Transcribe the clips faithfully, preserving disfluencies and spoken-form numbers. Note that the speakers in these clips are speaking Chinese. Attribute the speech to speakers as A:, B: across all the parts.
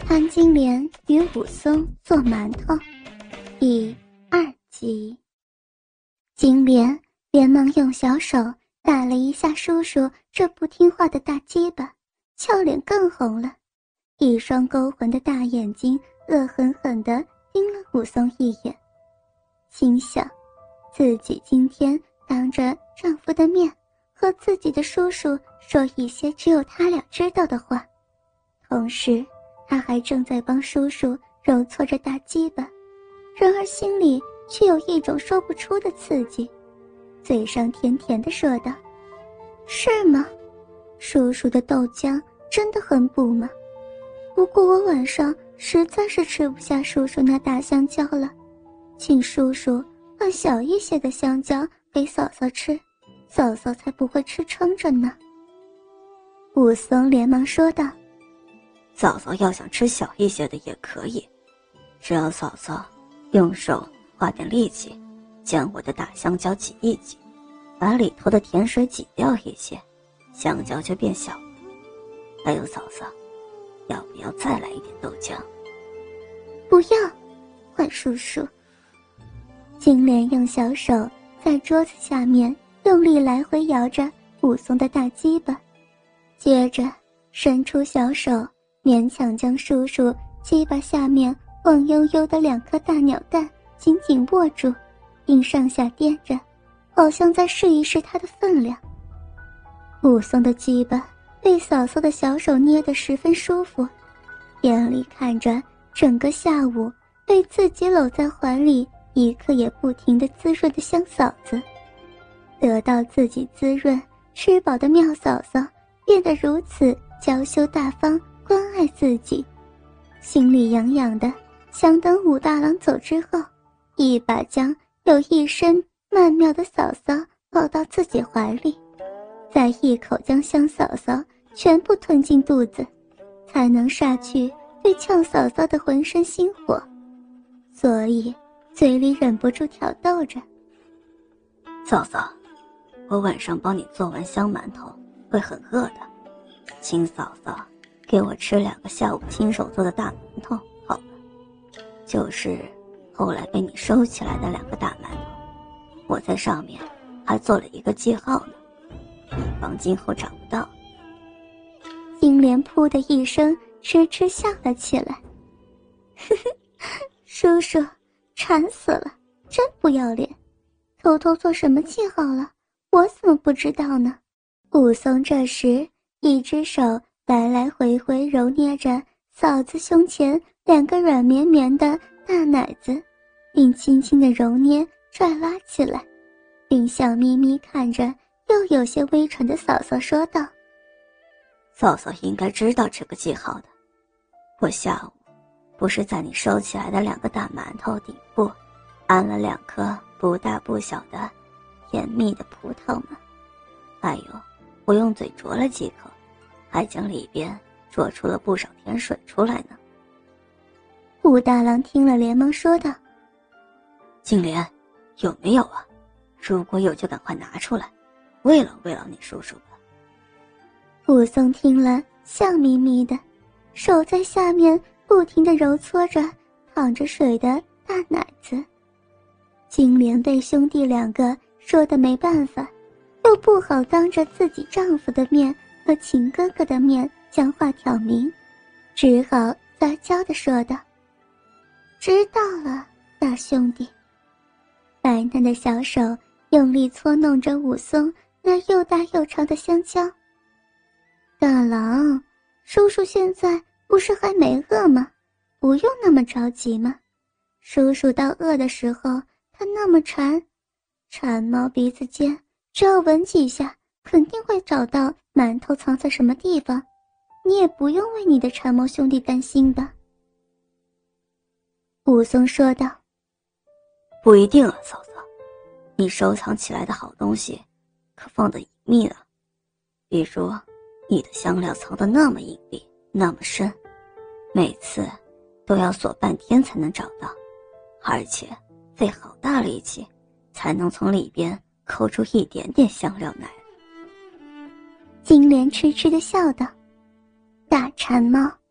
A: 潘金莲与武松做馒头第二集。金莲连忙用小手打了一下叔叔这不听话的大鸡巴，俏脸更红了，一双勾魂的大眼睛恶狠狠地盯了武松一眼，心想自己今天当着丈夫的面和自己的叔叔说一些只有他俩知道的话，同时他还正在帮叔叔揉搓着大鸡巴，然而心里却有一种说不出的刺激，嘴上甜甜地说道：是吗？叔叔的豆浆真的很补吗？不过我晚上实在是吃不下叔叔那大香蕉了，请叔叔换小一些的香蕉给嫂嫂吃，嫂嫂才不会吃撑着呢。武松连忙说道：
B: 嫂嫂要想吃小一些的也可以，只要嫂嫂用手花点力气，将我的大香蕉挤一挤，把里头的甜水挤掉一些，香蕉就变小了。还有嫂嫂，要不要再来一点豆浆？
A: 不要，坏叔叔。金莲用小手在桌子下面用力来回摇着武松的大鸡巴，接着伸出小手勉强将叔叔鸡巴下面晃悠悠的两颗大鸟蛋紧紧握住，并上下颠着，好像在试一试它的分量。武松的鸡巴被嫂嫂的小手捏得十分舒服，眼里看着整个下午被自己搂在怀里一刻也不停地滋润的香嫂子，得到自己滋润吃饱的妙嫂嫂变得如此娇羞大方，关爱自己，心里痒痒的，想等武大郎走之后，一把将有一身曼妙的嫂嫂抱到自己怀里，再一口将香嫂嫂全部吞进肚子，才能杀去对呛嫂嫂的浑身心火，所以嘴里忍不住挑逗着：
B: 嫂嫂，我晚上帮你做完香馒头会很饿的，请嫂嫂给我吃两个下午亲手做的大馒头好了，就是后来被你收起来的两个大馒头，我在上面还做了一个记号呢，以防今后找不到。
A: 金莲噗的一声痴痴笑了起来：呵呵，叔叔馋死了，真不要脸，偷偷做什么记号了，我怎么不知道呢？武松这时一只手来来回回揉捏着嫂子胸前两个软绵绵的大奶子，并轻轻地揉捏拽拉起来，并笑眯眯看着又有些微喘的嫂嫂说道：
B: 嫂嫂应该知道这个记号的，我下午不是在你收起来的两个大馒头顶部安了两颗不大不小的甜蜜的葡萄吗？还有我用嘴啄了几口，还将里边啄出了不少甜水出来呢。
A: 武大郎听了连忙说道：
B: 金莲，有没有啊？如果有就赶快拿出来，慰劳慰劳你叔叔吧。
A: 武松听了笑眯眯的，手在下面不停地揉搓着淌着水的大奶子。金莲被兄弟两个说的没办法，又不好当着自己丈夫的面和秦哥哥的面将话挑明，只好撒娇地说道：知道了，大兄弟。白嫩的小手用力搓弄着武松那又大又长的香蕉。大郎，叔叔现在不是还没饿吗？不用那么着急嘛。叔叔到饿的时候，他那么馋，馋猫鼻子尖，只要闻几下，肯定会找到馒头藏在什么地方。你也不用为你的馋猫兄弟担心吧。武松说道：
B: 不一定啊，嫂嫂，你收藏起来的好东西可放得隐秘了，比如你的香料藏得那么隐蔽那么深，每次都要锁半天才能找到，而且费好大力气才能从里边抠出一点点香料来。
A: 金莲痴痴地笑道：大馋猫，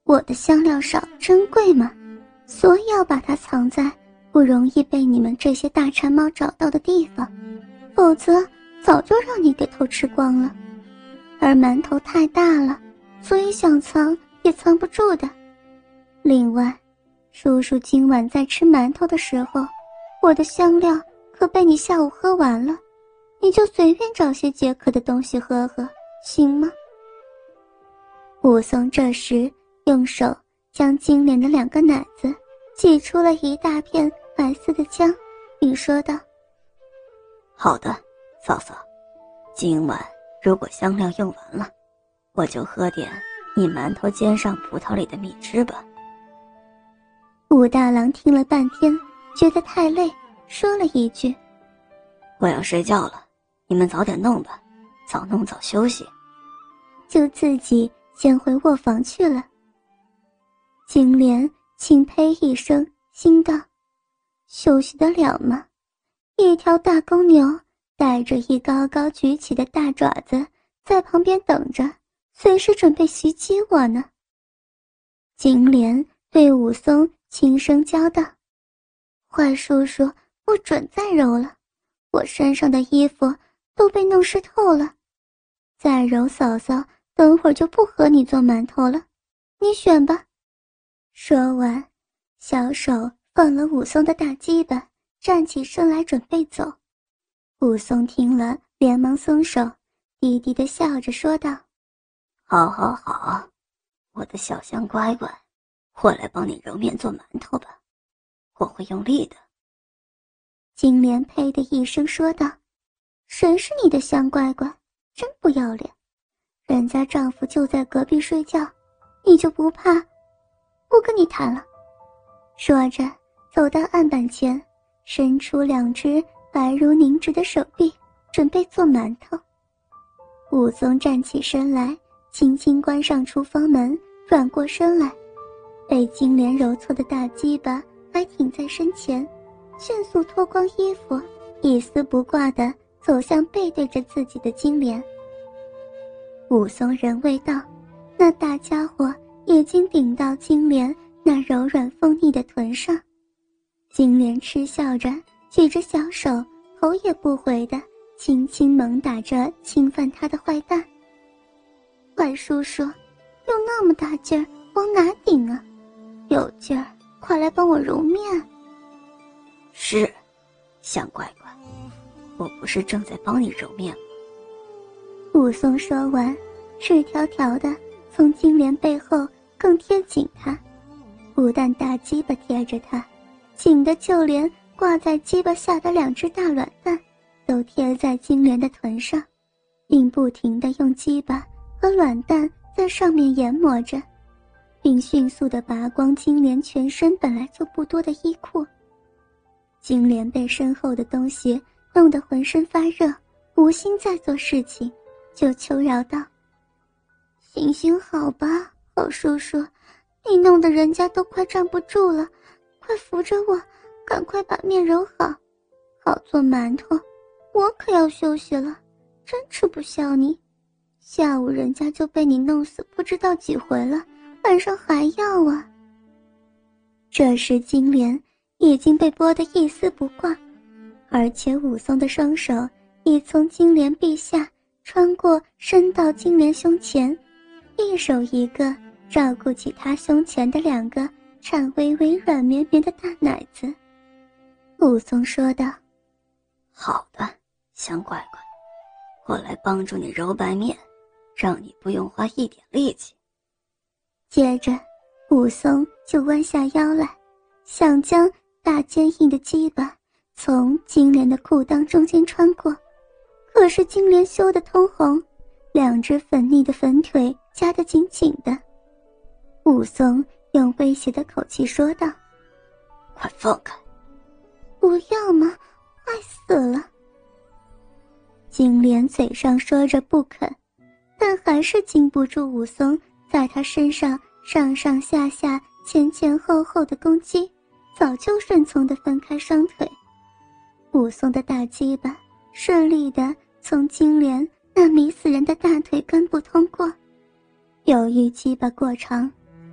A: 我的香料少珍贵吗？所以要把它藏在不容易被你们这些大馋猫找到的地方，否则早就让你给偷吃光了。而馒头太大了，所以想藏也藏不住的。另外，叔叔今晚在吃馒头的时候，我的香料可被你下午喝完了，你就随便找些解渴的东西喝喝，行吗？武松这时用手将金莲的两个奶子挤出了一大片白色的浆，并说道：
B: 好的，嫂嫂，今晚如果香料用完了，我就喝点你馒头煎上葡萄里的蜜汁吧。
A: 武大郎听了半天，觉得太累，说了一句：
B: 我要睡觉了，你们早点弄吧，早弄早休息。
A: 就自己先回卧房去了。金莲轻呸一声，心道：休息得了吗？一条大公牛带着一高高举起的大爪子在旁边等着，随时准备袭击我呢。金莲对武松轻声叫道：坏叔叔，不准再揉了，我身上的衣服都被弄湿透了，再揉嫂嫂等会儿就不和你做馒头了，你选吧。说完，小手放了武松的大鸡巴，站起身来准备走。武松听了连忙松手，低低地笑着说道：
B: 好好好，我的小香乖乖，我来帮你揉面做馒头吧，我会用力的。
A: 金莲呸的一声说道：谁是你的香乖乖，真不要脸，人家丈夫就在隔壁睡觉，你就不怕？不跟你谈了。说着走到案板前，伸出两只白如凝脂的手臂，准备做馒头。武松站起身来，轻轻关上厨房门，转过身来，被金莲揉搓的大鸡巴还挺在身前，迅速脱光衣服，一丝不挂地走向背对着自己的金莲。武松仍未到，那大家伙已经顶到金莲那柔软丰腻的臀上。金莲嗤笑着，举着小手，头也不回地轻轻猛打着侵犯他的坏蛋。坏叔叔，用那么大劲儿往哪顶啊？有劲儿，快来帮我揉面。
B: 是，香乖乖，我不是正在帮你揉面吗？
A: 武松说完，赤条条的从金莲背后更贴紧他，不但大鸡巴贴着他，紧的就连挂在鸡巴下的两只大卵蛋都贴在金莲的臀上，并不停地用鸡巴和卵蛋在上面研磨着，并迅速地拔光金莲全身本来就不多的衣裤。金莲被身后的东西弄得浑身发热，无心再做事情，就求饶道：行行好吧，好叔叔，你弄得人家都快站不住了，快扶着我，赶快把面揉好，好做馒头，我可要休息了，真吃不消你。下午人家就被你弄死不知道几回了，晚上还要啊。这时金莲已经被剥得一丝不挂，而且武松的双手已从金莲臂下穿过伸到金莲胸前，一手一个照顾起她胸前的两个颤巍巍软绵绵的大奶子。武松说道：
B: 好的，香乖乖，我来帮助你揉白面，让你不用花一点力气。
A: 接着武松就弯下腰来，想将大坚硬的鸡巴从金莲的裤裆中间穿过，可是金莲羞得通红，两只粉腻的粉腿夹得紧紧的。武松用威胁的口气说道：
B: 快放开！
A: 不要嘛，快死了。金莲嘴上说着不肯，但还是禁不住武松在他身上上上下下前前后后的攻击，早就顺从地分开双腿。武松的大鸡巴顺利地从金莲那迷死人的大腿根部通过，由于鸡巴过长，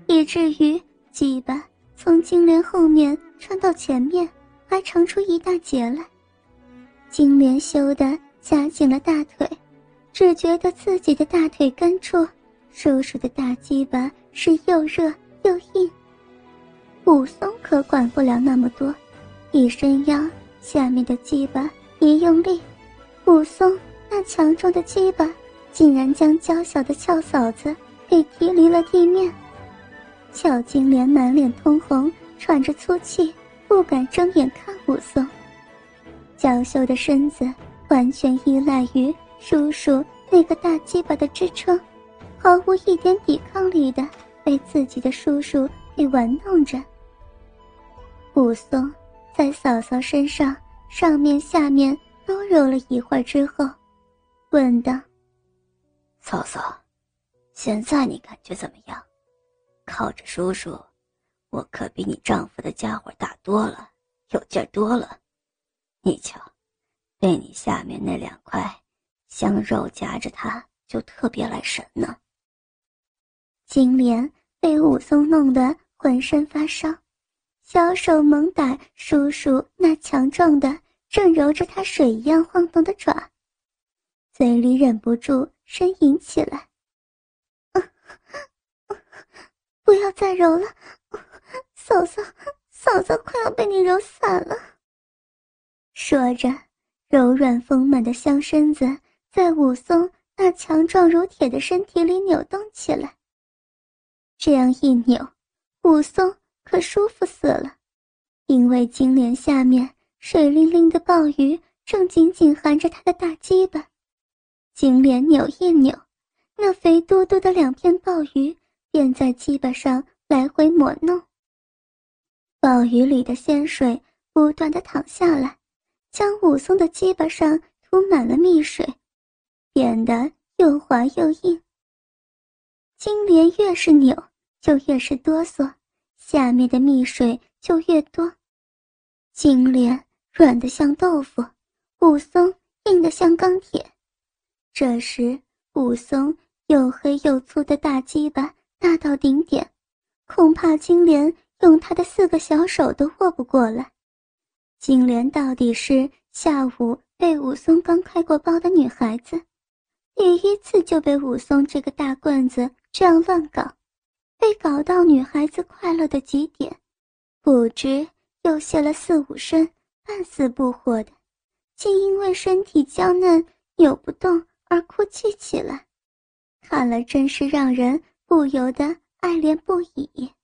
A: 以至于鸡巴从金莲后面穿到前面，还长出一大截来。金莲羞得夹紧了大腿，只觉得自己的大腿根处，叔叔的大鸡巴是又热又硬。武松可管不了那么多，一伸腰，下面的鸡巴一用力，武松那强壮的鸡巴竟然将娇小的俏嫂子给踢离了地面。俏金莲满脸通红，喘着粗气，不敢睁眼看武松。娇羞的身子完全依赖于叔叔那个大鸡巴的支撑，毫无一点抵抗力的被自己的叔叔给玩弄着。武松在嫂嫂身上上面下面都揉了一会儿之后，问道：
B: 嫂嫂，现在你感觉怎么样？靠着叔叔，我可比你丈夫的家伙大多了，有劲儿多了。你瞧，被你下面那两块香肉夹着它，就特别来神呢。
A: 金莲被武松弄得浑身发烧，小手猛打叔叔那强壮的正揉着他水一样晃动的爪，嘴里忍不住呻吟起来：啊啊、不要再揉了，嫂嫂嫂嫂快要被你揉散了。说着，柔软丰满的香身子在武松那强壮如铁的身体里扭动起来。这样一扭，武松可舒服死了，因为金莲下面水灵灵的鲍鱼正紧紧含着他的大鸡巴。金莲扭一扭，那肥嘟嘟的两片鲍鱼便在鸡巴上来回抹弄。鲍鱼里的鲜水不断地淌下来，将武松的鸡巴上涂满了蜜水，变得又滑又硬。金莲越是扭，就越是哆嗦，下面的蜜水就越多。金莲软得像豆腐，武松硬得像钢铁。这时武松又黑又粗的大鸡巴大到顶点，恐怕金莲用他的四个小手都握不过来。金莲到底是下午被武松刚开过包的女孩子，第一次就被武松这个大棍子这样乱搞，被搞到女孩子快乐的极点，不知又泄了四五身，半死不活的，竟因为身体娇嫩扭不动而哭泣起来，看了真是让人不由得爱怜不已。